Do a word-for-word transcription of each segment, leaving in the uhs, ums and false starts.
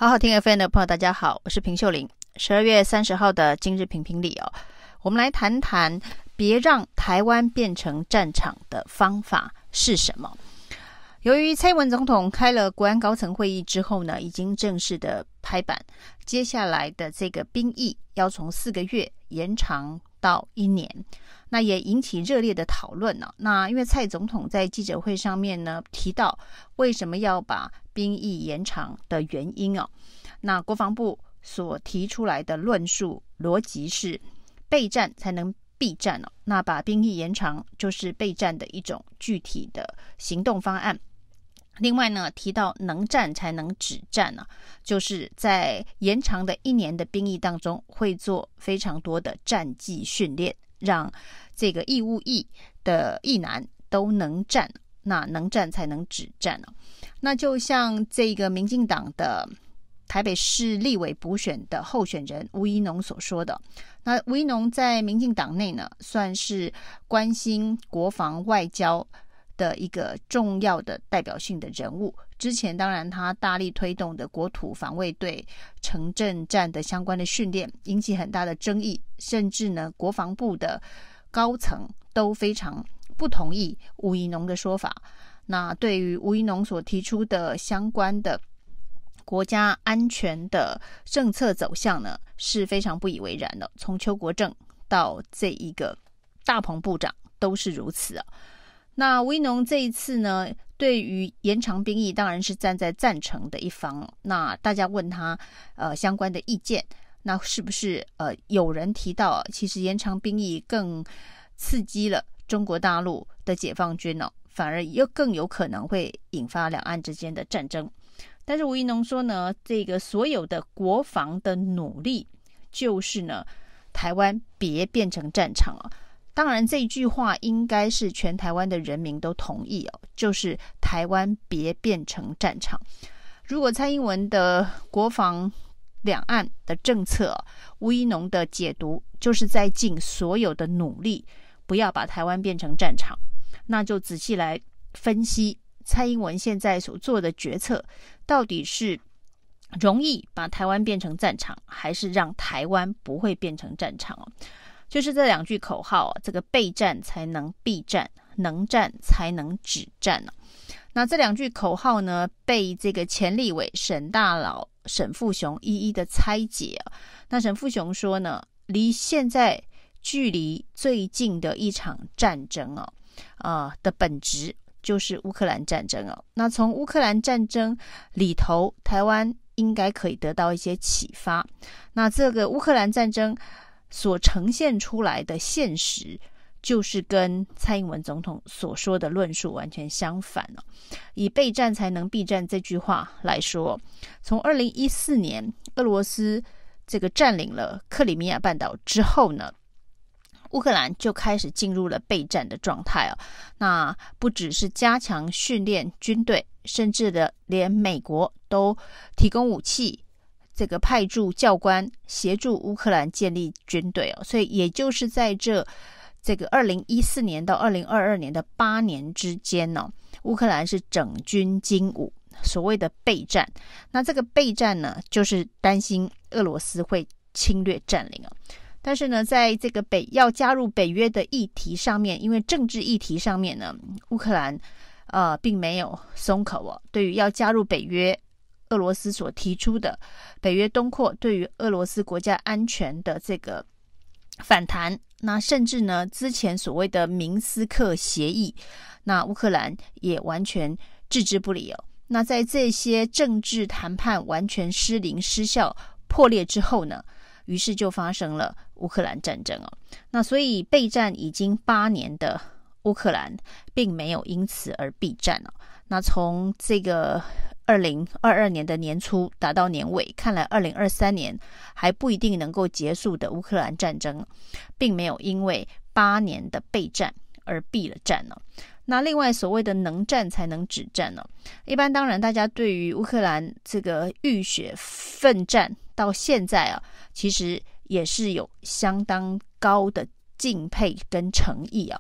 好好听 F M 的朋友大家好，我是平秀玲。十二月三十号的今日评评理哦，我们来谈谈别让台湾变成战场的方法是什么。由于蔡英文总统开了国安高层会议之后呢，已经正式的拍板，接下来的这个兵役要从四个月延长到一年，那也引起热烈的讨论呢、啊。那因为蔡总统在记者会上面呢提到，为什么要把兵役延长的原因哦，那国防部所提出来的论述逻辑是备战才能避战哦，那把兵役延长就是备战的一种具体的行动方案。另外呢，提到能战才能止战啊，就是在延长的一年的兵役当中，会做非常多的战技训练，让这个义务役的役男都能战，那能战才能止战啊。那就像这个民进党的台北市立委补选的候选人吴怡农所说的，那吴怡农在民进党内呢，算是关心国防外交的一个重要的代表性的人物。之前当然他大力推动的国土防卫队城镇战的相关的训练引起很大的争议，甚至呢国防部的高层都非常不同意吴怡农的说法。那对于吴怡农所提出的相关的国家安全的政策走向呢，是非常不以为然的。从邱国正到这一个大鹏部长都是如此啊。那吴怡农这一次呢，对于延长兵役当然是站在赞成的一方。那大家问他呃相关的意见，那是不是呃有人提到、啊、其实延长兵役更刺激了中国大陆的解放军哦，反而又更有可能会引发两岸之间的战争。但是吴怡农说呢，这个所有的国防的努力就是呢，台湾别变成战场啊。当然这句话应该是全台湾的人民都同意哦，就是台湾别变成战场。如果蔡英文的国防两岸的政策、啊、吴怡农的解读就是在尽所有的努力不要把台湾变成战场，那就仔细来分析蔡英文现在所做的决策到底是容易把台湾变成战场，还是让台湾不会变成战场哦。就是这两句口号、啊、这个备战才能避战，能战才能止战、啊、那这两句口号呢，被这个前立委沈大佬沈富雄一一的拆解、啊、那沈富雄说呢，离现在距离最近的一场战争啊，呃的本质就是乌克兰战争啊。那从乌克兰战争里头，台湾应该可以得到一些启发。那这个乌克兰战争所呈现出来的现实，就是跟蔡英文总统所说的论述完全相反了、哦。以备战才能避战这句话来说，从二零一四年俄罗斯这个占领了克里米亚半岛之后呢，乌克兰就开始进入了备战的状态啊。那不只是加强训练军队，甚至的连美国都提供武器，这个派驻教官协助乌克兰建立军队哦。所以也就是在这这个二零一四年到二零二二年的八年之间呢、哦，乌克兰是整军经武，所谓的备战。那这个备战呢，就是担心俄罗斯会侵略占领啊。但是呢，在这个北要加入北约的议题上面，因为政治议题上面呢，乌克兰呃并没有松口哦。对于要加入北约，俄罗斯所提出的北约东扩对于俄罗斯国家安全的这个反弹，那甚至呢之前所谓的明斯克协议，那乌克兰也完全置之不理哦。那在这些政治谈判完全失灵失效破裂之后呢，于是就发生了乌克兰战争哦。那所以备战已经八年的乌克兰并没有因此而避战哦。那从这个二零二二年的年初达到年尾，看来二零二三年还不一定能够结束的乌克兰战争，并没有因为八年的备战而避了战呢、哦。那另外所谓的能战才能止战呢、哦，一般当然大家对于乌克兰这个浴血奋战到现在啊，其实也是有相当高的敬佩跟诚意啊。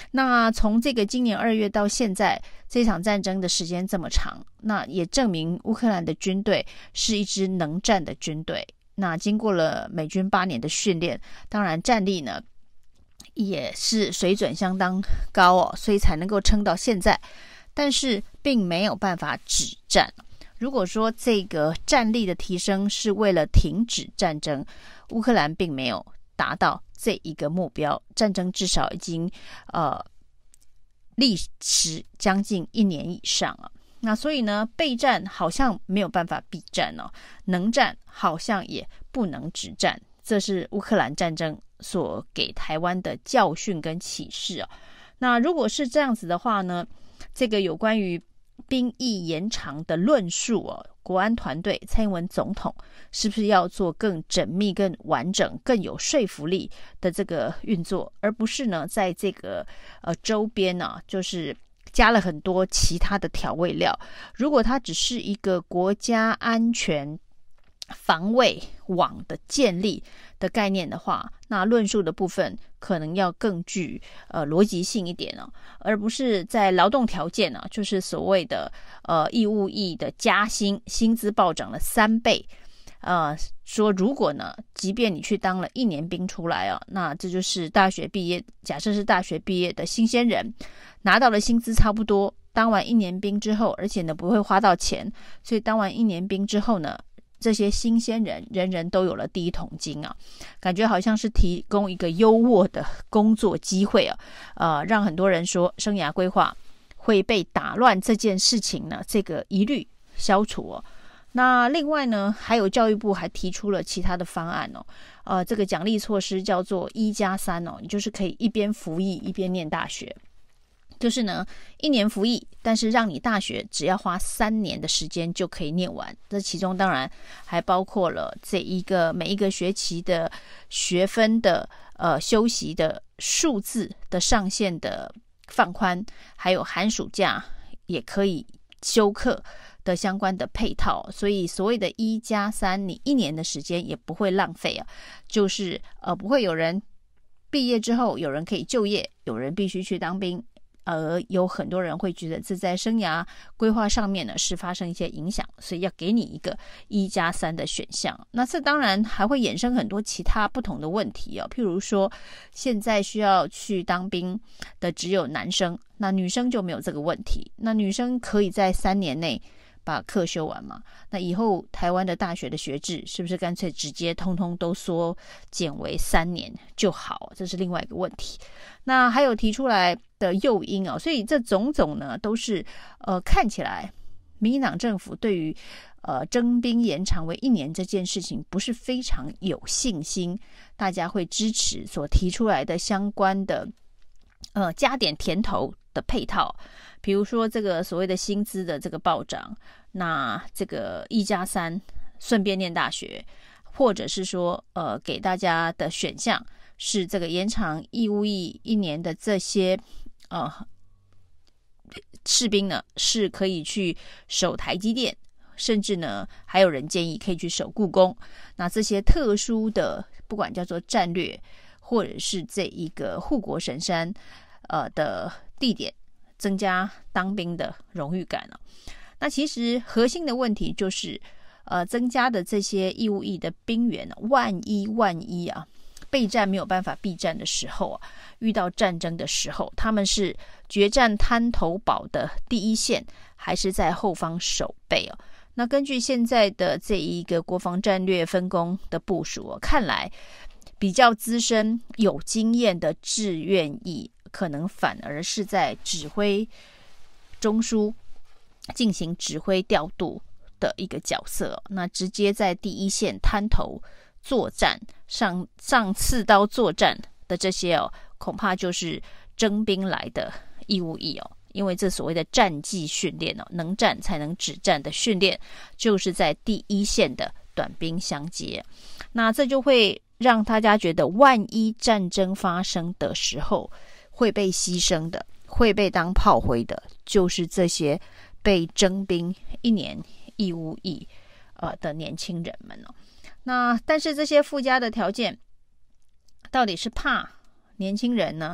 那从这个今年二月到现在，这场战争的时间这么长，那也证明乌克兰的军队是一支能战的军队。那经过了美军八年的训练，当然战力呢也是水准相当高哦，所以才能够撑到现在。但是并没有办法止战。如果说这个战力的提升是为了停止战争，乌克兰并没有达到这一个目标，战争至少已经呃历时将近一年以上了。那所以呢，备战好像没有办法避战哦，能战好像也不能止战，这是乌克兰战争所给台湾的教训跟启示哦。那如果是这样子的话呢，这个有关于兵役延长的论述哦，国安团队蔡英文总统是不是要做更缜密、更完整、更有说服力的这个运作，而不是呢在这个呃周边呢、啊，就是加了很多其他的调味料。如果它只是一个国家安全防卫网的建立的概念的话，那论述的部分可能要更具呃逻辑性一点哦，而不是在劳动条件呢、啊，就是所谓的呃义务役的加薪，薪资暴涨了三倍。呃，说如果呢，即便你去当了一年兵出来啊，那这就是大学毕业，假设是大学毕业的新鲜人，拿到了薪资差不多，当完一年兵之后，而且呢不会花到钱，所以当完一年兵之后呢，这些新鲜人人人都有了第一桶金啊，感觉好像是提供一个优渥的工作机会啊，呃，让很多人说生涯规划会被打乱这件事情呢，这个疑虑消除哦。那另外呢，还有教育部还提出了其他的方案哦，呃，这个奖励措施叫做一加三哦，你就是可以一边服役一边念大学。就是呢，一年服役，但是让你大学只要花三年的时间就可以念完。这其中当然还包括了这一个每一个学期的学分的呃修习的数字的上限的放宽，还有寒暑假也可以修课的相关的配套。所以所谓的一加三，你一年的时间也不会浪费啊，就是呃不会有人毕业之后有人可以就业，有人必须去当兵。而有很多人会觉得这在生涯规划上面呢是发生一些影响，所以要给你一个一加三的选项。那这当然还会衍生很多其他不同的问题哦，譬如说现在需要去当兵的只有男生，那女生就没有这个问题。那女生可以在三年内把课修完嘛？那以后台湾的大学的学制是不是干脆直接通通都缩减为三年就好？这是另外一个问题。那还有提出来的诱因哦，所以这种种呢都是呃看起来民进党政府对于呃征兵延长为一年这件事情不是非常有信心，大家会支持所提出来的相关的呃加点甜头的配套，比如说这个所谓的薪资的这个暴涨，那这个一加三顺便念大学，或者是说呃给大家的选项是这个延长义务役一年的这些呃士兵呢是可以去守台积电，甚至呢还有人建议可以去守故宫。那这些特殊的不管叫做战略或者是这一个护国神山呃的地点，增加当兵的荣誉感哦。那其实核心的问题就是呃增加的这些义务役的兵员，万一万一啊备战没有办法避战的时候啊，遇到战争的时候，他们是决战滩头堡的第一线，还是在后方守备哦？那根据现在的这一个国防战略分工的部署哦，看来比较资深有经验的志愿役可能反而是在指挥中枢进行指挥调度的一个角色哦，那直接在第一线滩头作战，上上刺刀作战的这些哦，恐怕就是征兵来的义务役哦。因为这所谓的战技训练哦，能战才能止战的训练，就是在第一线的短兵相接。那这就会让大家觉得，万一战争发生的时候，会被牺牲的，会被当炮灰的，就是这些被征兵一年义务役呃的年轻人们哦。那但是这些附加的条件，到底是怕年轻人呢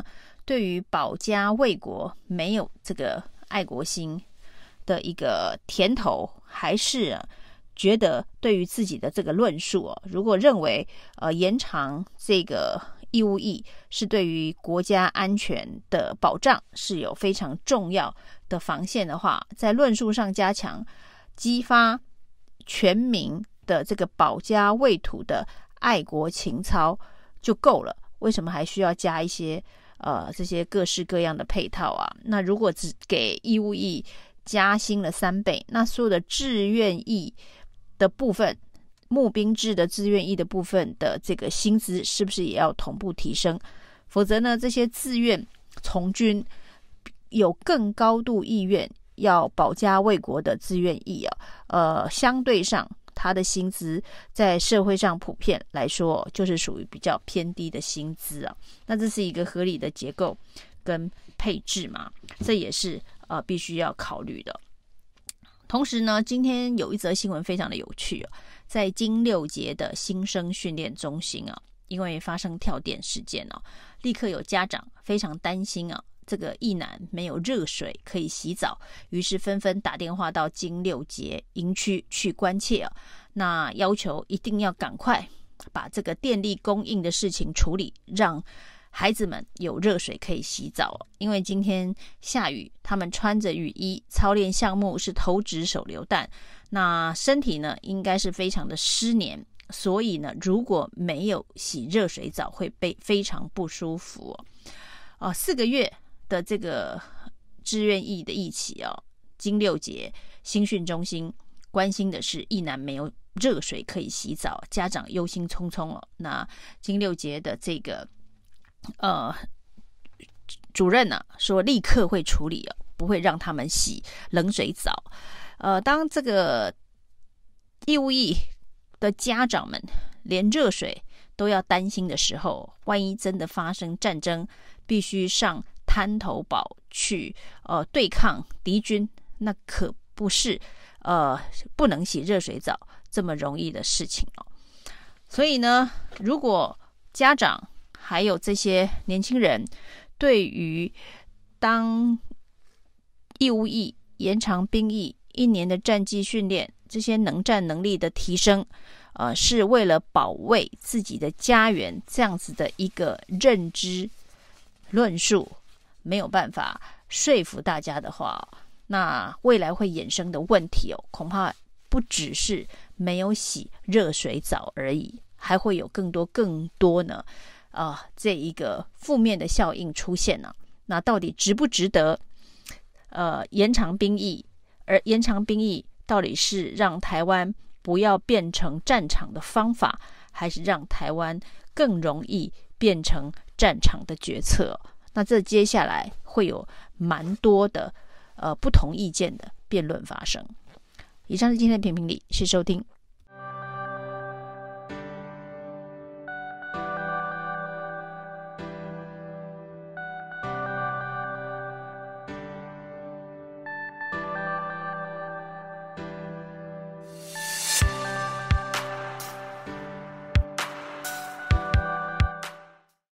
对于保家卫国没有这个爱国心的一个甜头，还是、啊、觉得对于自己的这个论述、哦、如果认为呃延长这个义务役是对于国家安全的保障，是有非常重要的防线的话，在论述上加强，激发全民的这个保家卫土的爱国情操就够了。为什么还需要加一些呃这些各式各样的配套啊？那如果只给义务役加薪了三倍，那所有的志愿役的部分，募兵制的志愿役的部分的这个薪资是不是也要同步提升？否则呢，这些自愿从军有更高度意愿要保家卫国的志愿役啊，呃，相对上他的薪资在社会上普遍来说就是属于比较偏低的薪资啊。那这是一个合理的结构跟配置嘛？这也是呃必须要考虑的。同时呢，今天有一则新闻非常的有趣啊，在金六结的新生训练中心啊，因为发生跳电事件啊，立刻有家长非常担心啊，这个役男没有热水可以洗澡，于是纷纷打电话到金六结营区去关切啊，那要求一定要赶快把这个电力供应的事情处理，让孩子们有热水可以洗澡。因为今天下雨，他们穿着雨衣，操练项目是投掷手榴弹，那身体呢应该是非常的湿黏，所以呢如果没有洗热水澡会被非常不舒服哦。呃、四个月的这个志愿役的役期哦，金六结新训中心关心的是役男没有热水可以洗澡，家长忧心忡忡哦。那金六结的这个呃主任呢、啊、说立刻会处理哦，不会让他们洗冷水澡。呃，当这个义务役的家长们连热水都要担心的时候，万一真的发生战争，必须上滩头堡去呃对抗敌军，那可不是呃不能洗热水澡这么容易的事情哦。所以呢，如果家长还有这些年轻人对于当义务役延长兵役一年的战技训练，这些能战能力的提升呃，是为了保卫自己的家园，这样子的一个认知论述没有办法说服大家的话，那未来会衍生的问题哦，恐怕不只是没有洗热水澡而已，还会有更多更多呢呃，这一个负面的效应出现呢、啊。那到底值不值得呃延长兵役？而延长兵役到底是让台湾不要变成战场的方法，还是让台湾更容易变成战场的决策？那这接下来会有蛮多的呃不同意见的辩论发生。以上是今天的评评理，谢谢收听。